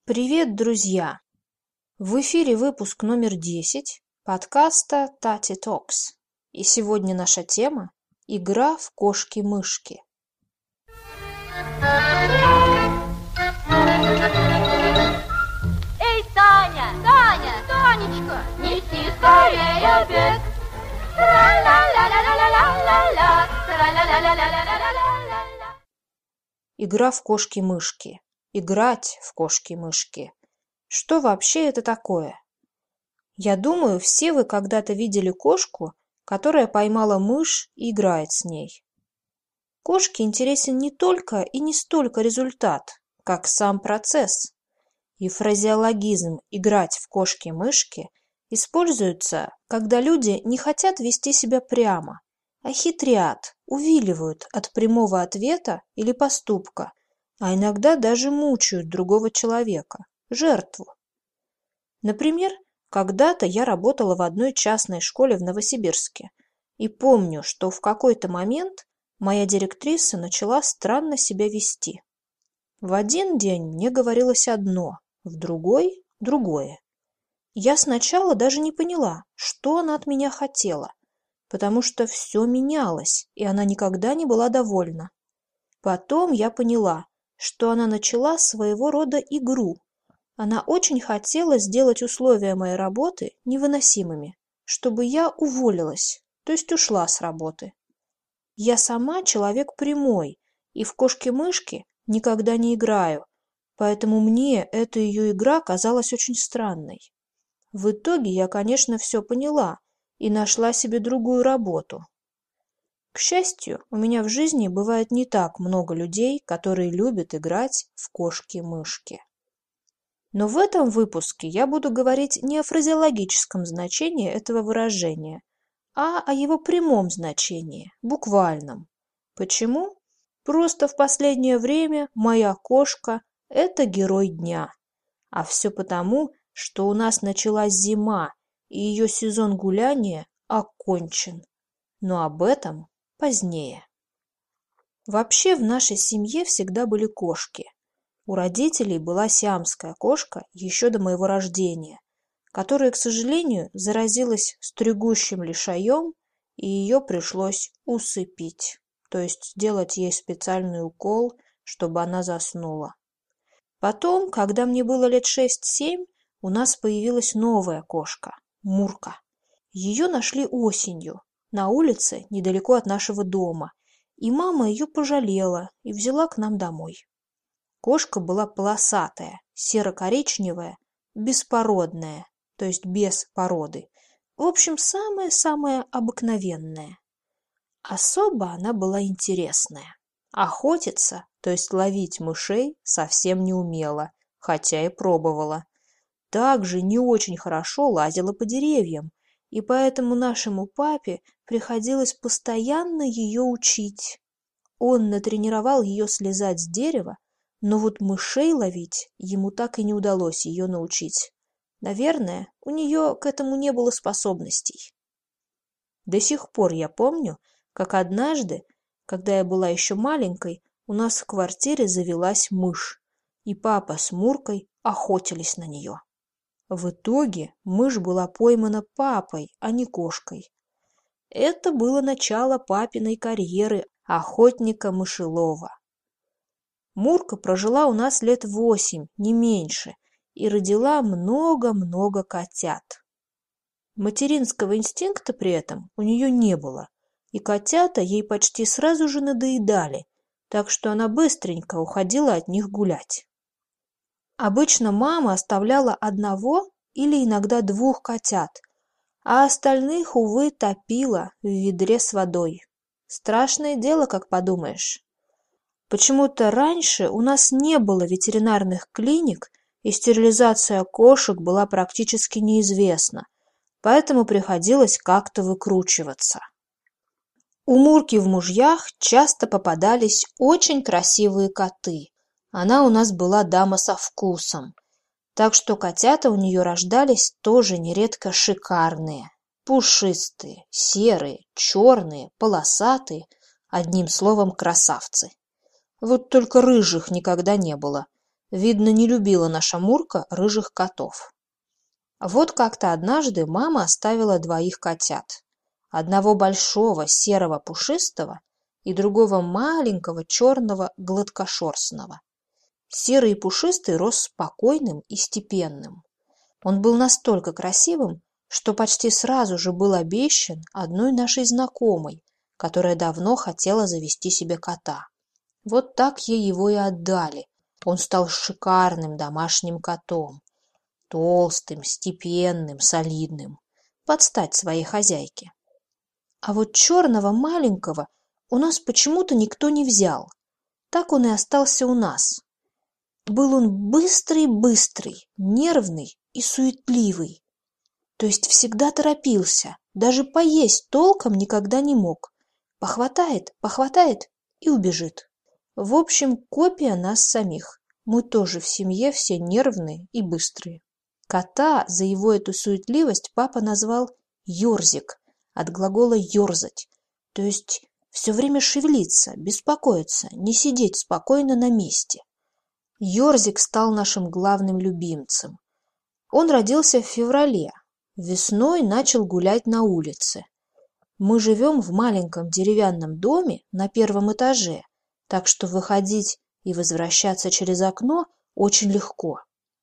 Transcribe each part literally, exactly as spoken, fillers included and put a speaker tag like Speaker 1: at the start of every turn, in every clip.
Speaker 1: Привет, друзья! В эфире выпуск номер десять подкаста Tati Talks. И сегодня наша тема – игра в кошки-мышки.
Speaker 2: Эй, Таня! Таня! Танечка! Неси скорее обед! Тра-ла-ла-ла-ла-ла-ла-ла! Тра-ла-ла-ла-ла-ла-ла-ла-ла!
Speaker 1: Игра в кошки-мышки. Играть в кошки-мышки. Что вообще это такое? Я думаю, все вы когда-то видели кошку, которая поймала мышь и играет с ней. Кошке интересен не только и не столько результат, как сам процесс. И фразеологизм «играть в кошки-мышки» используется, когда люди не хотят вести себя прямо, а хитрят, увиливают от прямого ответа или поступка, а иногда даже мучают другого человека, жертву. Например, когда-то я работала в одной частной школе в Новосибирске и помню, что в какой-то момент моя директриса начала странно себя вести. В один день мне говорилось одно, в другой – другое. Я сначала даже не поняла, что она от меня хотела, потому что все менялось, и она никогда не была довольна. Потом я поняла, что она начала своего рода игру. Она очень хотела сделать условия моей работы невыносимыми, чтобы я уволилась, то есть ушла с работы. Я сама человек прямой, и в кошки-мышки никогда не играю, поэтому мне эта ее игра казалась очень странной. В итоге я, конечно, все поняла и нашла себе другую работу. К счастью, у меня в жизни бывает не так много людей, которые любят играть в кошки-мышки. Но в этом выпуске я буду говорить не о фразеологическом значении этого выражения, а о его прямом значении, буквальном. Почему? Просто в последнее время моя кошка – это герой дня. А все потому, что у нас началась зима, и ее сезон гуляния окончен. Но об этом позднее. Вообще в нашей семье всегда были кошки. У родителей была сиамская кошка еще до моего рождения, которая, к сожалению, заразилась стригущим лишаем, и ее пришлось усыпить, то есть сделать ей специальный укол, чтобы она заснула. Потом, когда мне было лет шесть-семь, у нас появилась новая кошка – Мурка. Ее нашли осенью на улице недалеко от нашего дома, и мама ее пожалела и взяла к нам домой. Кошка была полосатая, серо-коричневая, беспородная, то есть без породы. В общем, самая-самая обыкновенная. Особо она была интересная. Охотиться, то есть ловить мышей, совсем не умела, хотя и пробовала. Также не очень хорошо лазила по деревьям, и поэтому нашему папе приходилось постоянно ее учить. Он натренировал ее слезать с дерева, но вот мышей ловить ему так и не удалось ее научить. Наверное, у нее к этому не было способностей. До сих пор я помню, как однажды, когда я была еще маленькой, у нас в квартире завелась мышь, и папа с Муркой охотились на нее. В итоге мышь была поймана папой, а не кошкой. Это было начало папиной карьеры охотника-мышелова. Мурка прожила у нас лет восемь, не меньше, и родила много-много котят. Материнского инстинкта при этом у нее не было, и котята ей почти сразу же надоедали, так что она быстренько уходила от них гулять. Обычно мама оставляла одного или иногда двух котят, а остальных, увы, топила в ведре с водой. Страшное дело, как подумаешь. Почему-то раньше у нас не было ветеринарных клиник, и стерилизация кошек была практически неизвестна, поэтому приходилось как-то выкручиваться. У Мурки в мужьях часто попадались очень красивые коты. Она у нас была дама со вкусом, так что котята у нее рождались тоже нередко шикарные. Пушистые, серые, черные, полосатые, одним словом, красавцы. Вот только рыжих никогда не было. Видно, не любила наша Мурка рыжих котов. Вот как-то однажды мама оставила двоих котят. Одного большого серого пушистого и другого маленького черного гладкошерстного. Серый и пушистый рос спокойным и степенным. Он был настолько красивым, что почти сразу же был обещан одной нашей знакомой, которая давно хотела завести себе кота. Вот так ей его и отдали. Он стал шикарным домашним котом. Толстым, степенным, солидным. Под стать своей хозяйке. А вот черного маленького у нас почему-то никто не взял. Так он и остался у нас. Был он быстрый-быстрый, нервный и суетливый. То есть всегда торопился, даже поесть толком никогда не мог. Похватает, похватает и убежит. В общем, копия нас самих. Мы тоже в семье все нервные и быстрые. Кота за его эту суетливость папа назвал Ёрзик, от глагола «ёрзать», то есть все время шевелиться, беспокоиться, не сидеть спокойно на месте. Ёрзик стал нашим главным любимцем. Он родился в феврале, весной начал гулять на улице. Мы живем в маленьком деревянном доме на первом этаже, так что выходить и возвращаться через окно очень легко.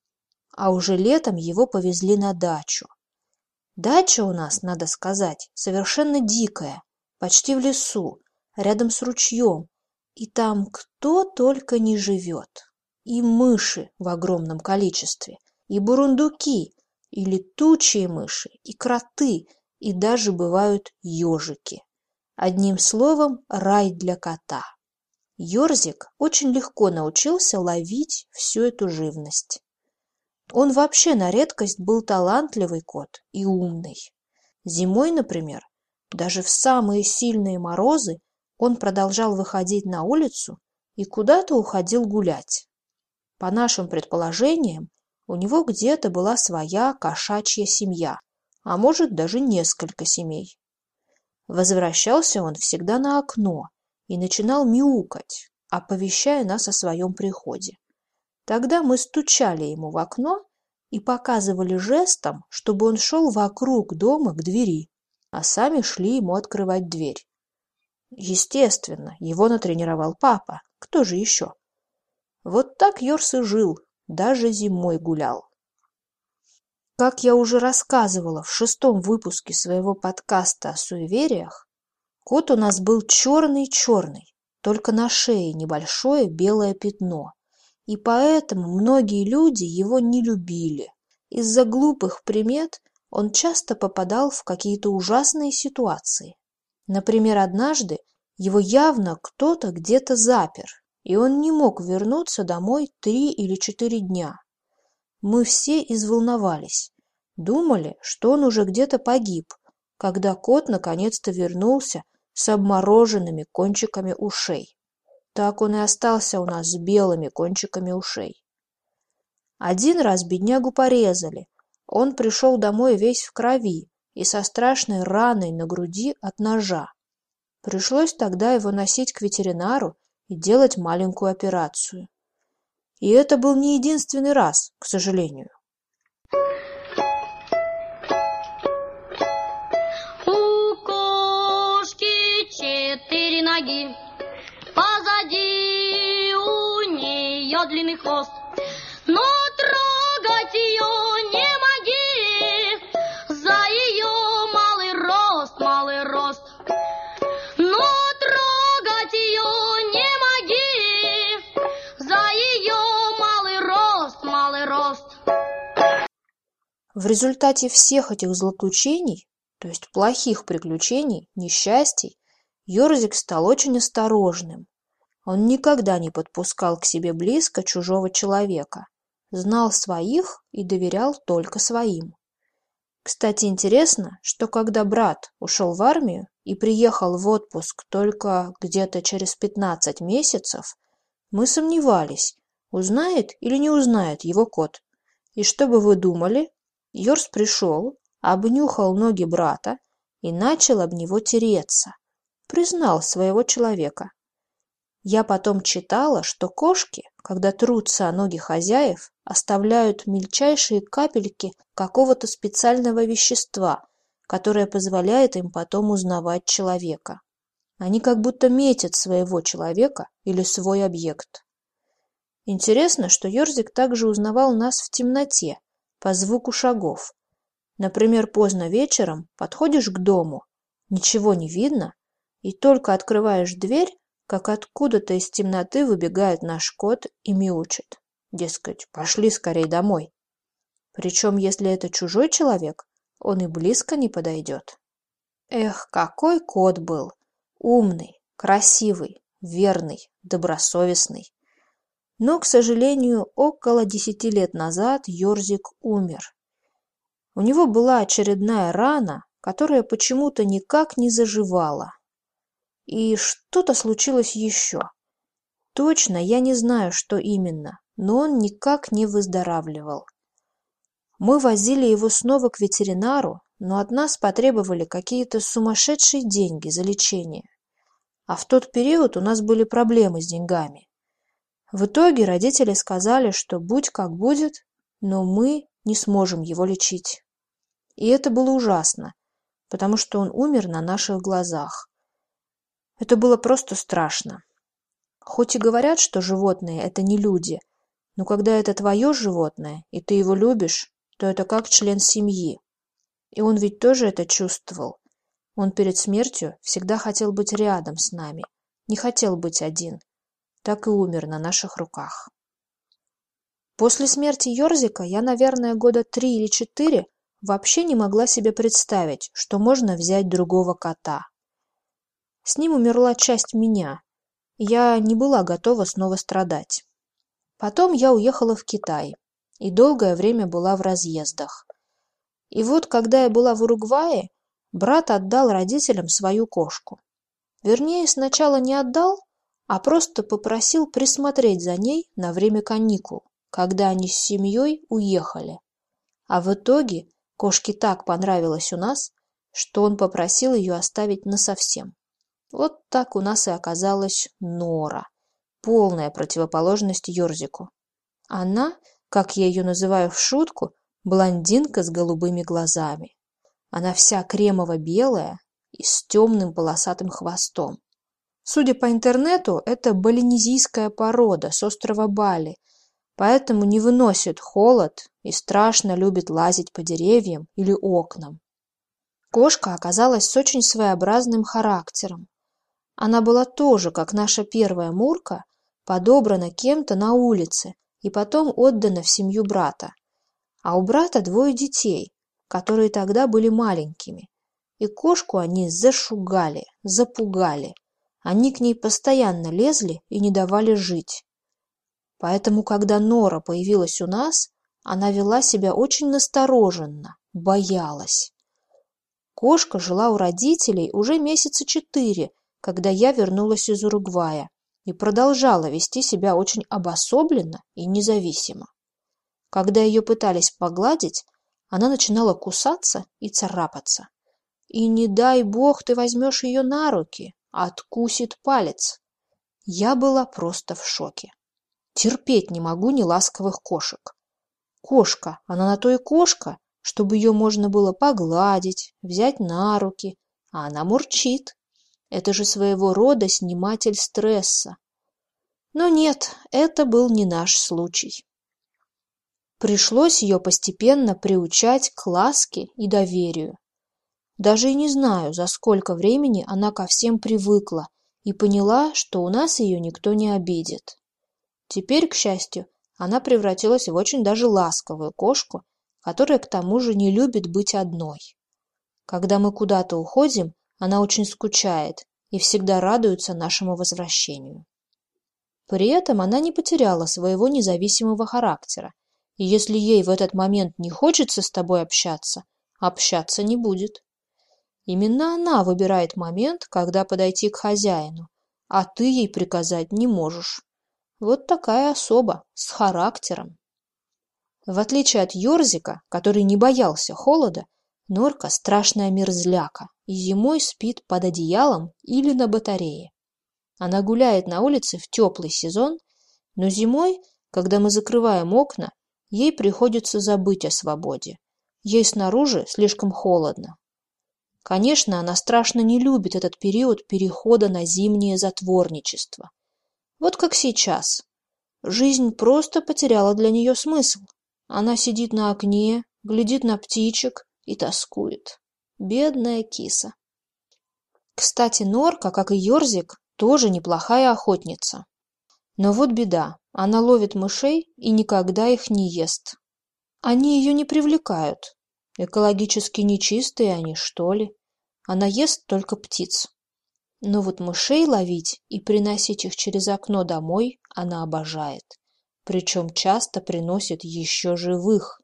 Speaker 1: А уже летом его повезли на дачу. Дача у нас, надо сказать, совершенно дикая, почти в лесу, рядом с ручьем, и там кто только не живет. И мыши в огромном количестве, и бурундуки, и летучие мыши, и кроты, и даже бывают ежики. Одним словом, рай для кота. Ёрзик очень легко научился ловить всю эту живность. Он вообще на редкость был талантливый кот и умный. Зимой, например, даже в самые сильные морозы он продолжал выходить на улицу и куда-то уходил гулять. По нашим предположениям, у него где-то была своя кошачья семья, а может даже несколько семей. Возвращался он всегда на окно и начинал мяукать, оповещая нас о своем приходе. Тогда мы стучали ему в окно и показывали жестом, чтобы он шел вокруг дома к двери, а сами шли ему открывать дверь. Естественно, его натренировал папа, кто же еще? Вот так Ёрс и жил, даже зимой гулял. Как я уже рассказывала в шестом выпуске своего подкаста о суевериях, кот у нас был черный-черный, только на шее небольшое белое пятно. И поэтому многие люди его не любили. Из-за глупых примет он часто попадал в какие-то ужасные ситуации. Например, однажды его явно кто-то где-то запер, и он не мог вернуться домой три или четыре дня. Мы все изволновались, думали, что он уже где-то погиб, когда кот наконец-то вернулся с обмороженными кончиками ушей. Так он и остался у нас с белыми кончиками ушей. Один раз беднягу порезали. Он пришел домой весь в крови и со страшной раной на груди от ножа. Пришлось тогда его носить к ветеринару и делать маленькую операцию. И это был не единственный раз, к сожалению.
Speaker 2: У кошки четыре ноги. Позади у нее длинный хвост, но трогать ее не моги, за ее малый рост, малый рост. Но трогать ее не моги, за ее малый рост, малый рост.
Speaker 1: В результате всех этих злоключений, то есть плохих приключений, несчастий, Ёрзик стал очень осторожным. Он никогда не подпускал к себе близко чужого человека, знал своих и доверял только своим. Кстати, интересно, что когда брат ушел в армию и приехал в отпуск только где-то через пятнадцать месяцев, мы сомневались, узнает или не узнает его кот. И что бы вы думали? Ёрс пришел, обнюхал ноги брата и начал об него тереться. Признал своего человека. Я потом читала, что кошки, когда трутся о ноги хозяев, оставляют мельчайшие капельки какого-то специального вещества, которое позволяет им потом узнавать человека. Они как будто метят своего человека или свой объект. Интересно, что Йорзик также узнавал нас в темноте, по звуку шагов. Например, поздно вечером подходишь к дому, ничего не видно, и только открываешь дверь, как откуда-то из темноты выбегает наш кот и мяучит. Дескать, пошли скорей домой. Причем, если это чужой человек, он и близко не подойдет. Эх, какой кот был! Умный, красивый, верный, добросовестный. Но, к сожалению, около десяти лет назад Йорзик умер. У него была очередная рана, которая почему-то никак не заживала. И что-то случилось еще. Точно я не знаю, что именно, но он никак не выздоравливал. Мы возили его снова к ветеринару, но от нас потребовали какие-то сумасшедшие деньги за лечение. А в тот период у нас были проблемы с деньгами. В итоге родители сказали, что будь как будет, но мы не сможем его лечить. И это было ужасно, потому что он умер на наших глазах. Это было просто страшно. Хоть и говорят, что животные – это не люди, но когда это твое животное, и ты его любишь, то это как член семьи. И он ведь тоже это чувствовал. Он перед смертью всегда хотел быть рядом с нами, не хотел быть один. Так и умер на наших руках. После смерти Йорзика я, наверное, года три или четыре вообще не могла себе представить, что можно взять другого кота. С ним умерла часть меня, и я не была готова снова страдать. Потом я уехала в Китай и долгое время была в разъездах. И вот, когда я была в Уругвае, брат отдал родителям свою кошку. Вернее, сначала не отдал, а просто попросил присмотреть за ней на время каникул, когда они с семьей уехали. А в итоге кошке так понравилось у нас, что он попросил ее оставить насовсем. Вот так у нас и оказалась Нора, полная противоположность Йорзику. Она, как я ее называю в шутку, блондинка с голубыми глазами. Она вся кремово-белая и с темным полосатым хвостом. Судя по интернету, это балинезийская порода с острова Бали, поэтому не выносит холод и страшно любит лазить по деревьям или окнам. Кошка оказалась с очень своеобразным характером. Она была тоже, как наша первая Мурка, подобрана кем-то на улице и потом отдана в семью брата. А у брата двое детей, которые тогда были маленькими, и кошку они зашугали, запугали. Они к ней постоянно лезли и не давали жить. Поэтому, когда Нора появилась у нас, она вела себя очень настороженно, боялась. Кошка жила у родителей уже месяца четыре, когда я вернулась из Уругвая, и продолжала вести себя очень обособленно и независимо. Когда ее пытались погладить, она начинала кусаться и царапаться. И не дай бог ты возьмешь ее на руки, откусит палец. Я была просто в шоке. Терпеть не могу неласковых кошек. Кошка, она на то и кошка, чтобы ее можно было погладить, взять на руки, а она мурчит. Это же своего рода сниматель стресса. Но нет, это был не наш случай. Пришлось ее постепенно приучать к ласке и доверию. Даже и не знаю, за сколько времени она ко всем привыкла и поняла, что у нас ее никто не обидит. Теперь, к счастью, она превратилась в очень даже ласковую кошку, которая к тому же не любит быть одной. Когда мы куда-то уходим, она очень скучает и всегда радуется нашему возвращению. При этом она не потеряла своего независимого характера, и если ей в этот момент не хочется с тобой общаться, общаться не будет. Именно она выбирает момент, когда подойти к хозяину, а ты ей приказать не можешь. Вот такая особа, с характером. В отличие от Йорзика, который не боялся холода, Норка страшная мерзляка и зимой спит под одеялом или на батарее. Она гуляет на улице в теплый сезон, но зимой, когда мы закрываем окна, ей приходится забыть о свободе. Ей снаружи слишком холодно. Конечно, она страшно не любит этот период перехода на зимнее затворничество. Вот как сейчас. Жизнь просто потеряла для нее смысл. Она сидит на окне, глядит на птичек и тоскует. Бедная киса. Кстати, Норка, как и Ёрзик, тоже неплохая охотница. Но вот беда, она ловит мышей и никогда их не ест. Они ее не привлекают. Экологически нечистые они, что ли? Она ест только птиц. Но вот мышей ловить и приносить их через окно домой она обожает. Причем часто приносит еще живых.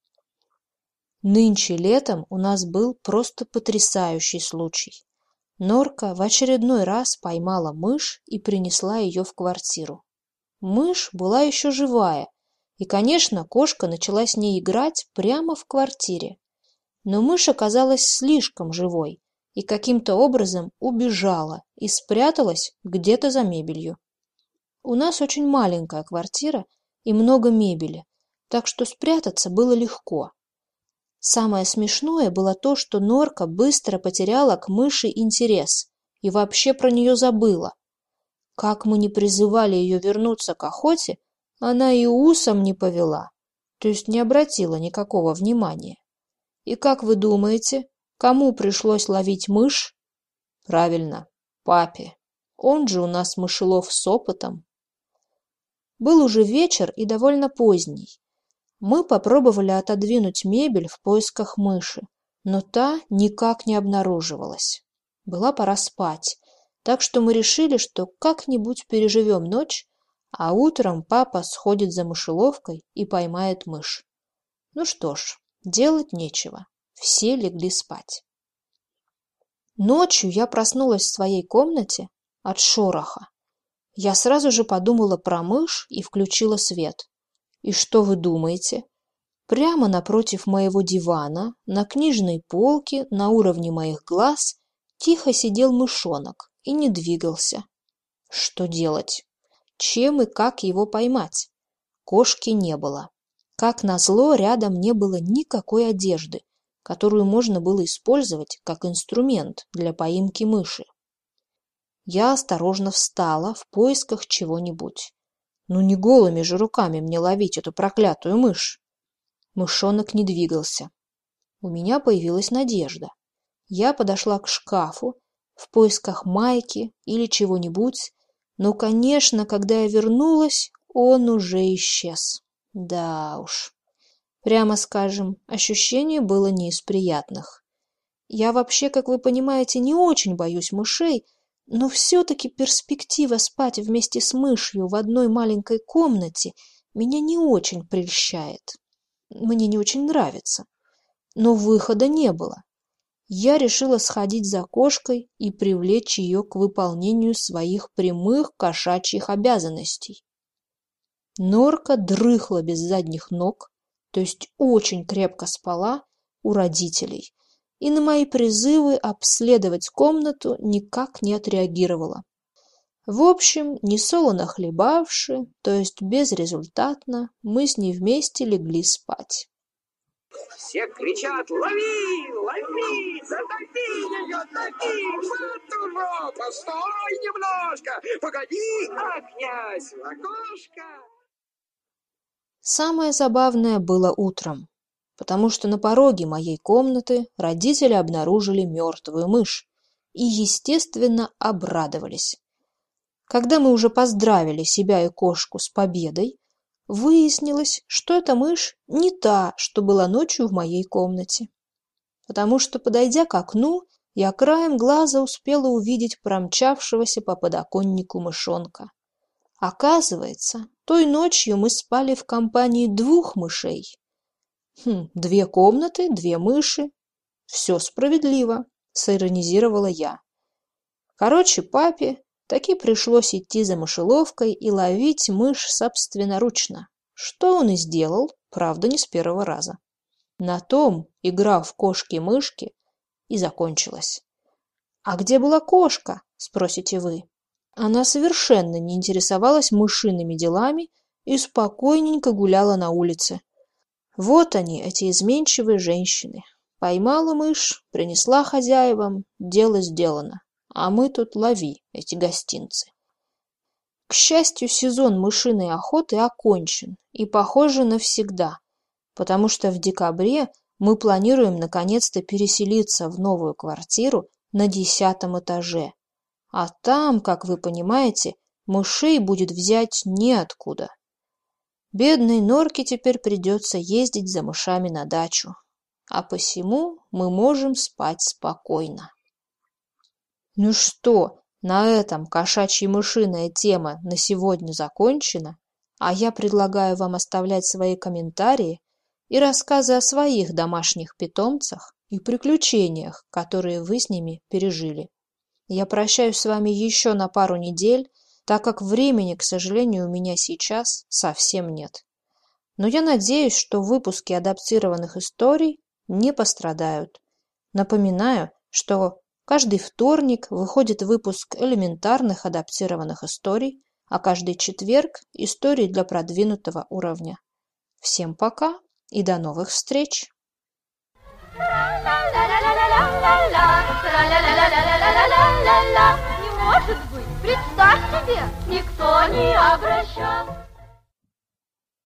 Speaker 1: Нынче летом у нас был просто потрясающий случай. Норка в очередной раз поймала мышь и принесла ее в квартиру. Мышь была еще живая, и, конечно, кошка начала с ней играть прямо в квартире. Но мышь оказалась слишком живой и каким-то образом убежала и спряталась где-то за мебелью. У нас очень маленькая квартира и много мебели, так что спрятаться было легко. Самое смешное было то, что Норка быстро потеряла к мыши интерес и вообще про нее забыла. Как мы не призывали ее вернуться к охоте, она и усом не повела, то есть не обратила никакого внимания. И как вы думаете, кому пришлось ловить мышь? Правильно, папе. Он же у нас мышелов с опытом. Был уже вечер и довольно поздний. Мы попробовали отодвинуть мебель в поисках мыши, но та никак не обнаруживалась. Была пора спать, так что мы решили, что как-нибудь переживем ночь, а утром папа сходит за мышеловкой и поймает мышь. Ну что ж, делать нечего, все легли спать. Ночью я проснулась в своей комнате от шороха. Я сразу же подумала про мышь и включила свет. И что вы думаете? Прямо напротив моего дивана, на книжной полке, на уровне моих глаз, тихо сидел мышонок и не двигался. Что делать? Чем и как его поймать? Кошки не было. Как назло, рядом не было никакой одежды, которую можно было использовать как инструмент для поимки мыши. Я осторожно встала в поисках чего-нибудь. Ну не голыми же руками мне ловить эту проклятую мышь. Мышонок не двигался. У меня появилась надежда. Я подошла к шкафу в поисках майки или чего-нибудь, но, конечно, когда я вернулась, он уже исчез. Да уж. Прямо скажем, ощущение было не из приятных. Я вообще, как вы понимаете, не очень боюсь мышей, но все-таки перспектива спать вместе с мышью в одной маленькой комнате меня не очень прельщает. Мне не очень нравится. Но выхода не было. Я решила сходить за кошкой и привлечь ее к выполнению своих прямых кошачьих обязанностей. Норка дрыхла без задних ног, то есть очень крепко спала у родителей, и на мои призывы обследовать комнату никак не отреагировала. В общем, несолоно хлебавши, то есть безрезультатно, мы с ней вместе легли спать.
Speaker 3: Все кричат: лови, лови, затопи ее, топи, вот урод, постой немножко, погоди, а князь в окошко.
Speaker 1: Самое забавное было утром, потому что на пороге моей комнаты родители обнаружили мертвую мышь и, естественно, обрадовались. Когда мы уже поздравили себя и кошку с победой, выяснилось, что эта мышь не та, что была ночью в моей комнате. Потому что, подойдя к окну, я краем глаза успела увидеть промчавшегося по подоконнику мышонка. Оказывается, той ночью мы спали в компании двух мышей. Хм, две комнаты, две мыши. Все справедливо, сиронизировала я. Короче, папе таки пришлось идти за мышеловкой и ловить мышь собственноручно, что он и сделал, правда, не с первого раза. На том игра в кошки-мышки и закончилась. «А где была кошка?» – спросите вы. Она совершенно не интересовалась мышиными делами и спокойненько гуляла на улице. Вот они, эти изменчивые женщины. Поймала мышь, принесла хозяевам, дело сделано. А мы тут лови эти гостинцы. К счастью, сезон мышиной охоты окончен и, похоже, навсегда, потому что в декабре мы планируем наконец-то переселиться в новую квартиру на десятом этаже. А там, как вы понимаете, мышей будет взять неоткуда. Бедной Норке теперь придется ездить за мышами на дачу, а посему мы можем спать спокойно. Ну что, на этом кошачьи-мышиная тема на сегодня закончена, а я предлагаю вам оставлять свои комментарии и рассказы о своих домашних питомцах и приключениях, которые вы с ними пережили. Я прощаюсь с вами еще на пару недель, так как времени, к сожалению, у меня сейчас совсем нет. Но я надеюсь, что выпуски адаптированных историй не пострадают. Напоминаю, что каждый вторник выходит выпуск элементарных адаптированных историй, а каждый четверг – истории для продвинутого уровня. Всем пока и до новых встреч!
Speaker 2: Не может быть, представь себе, никто не обращал.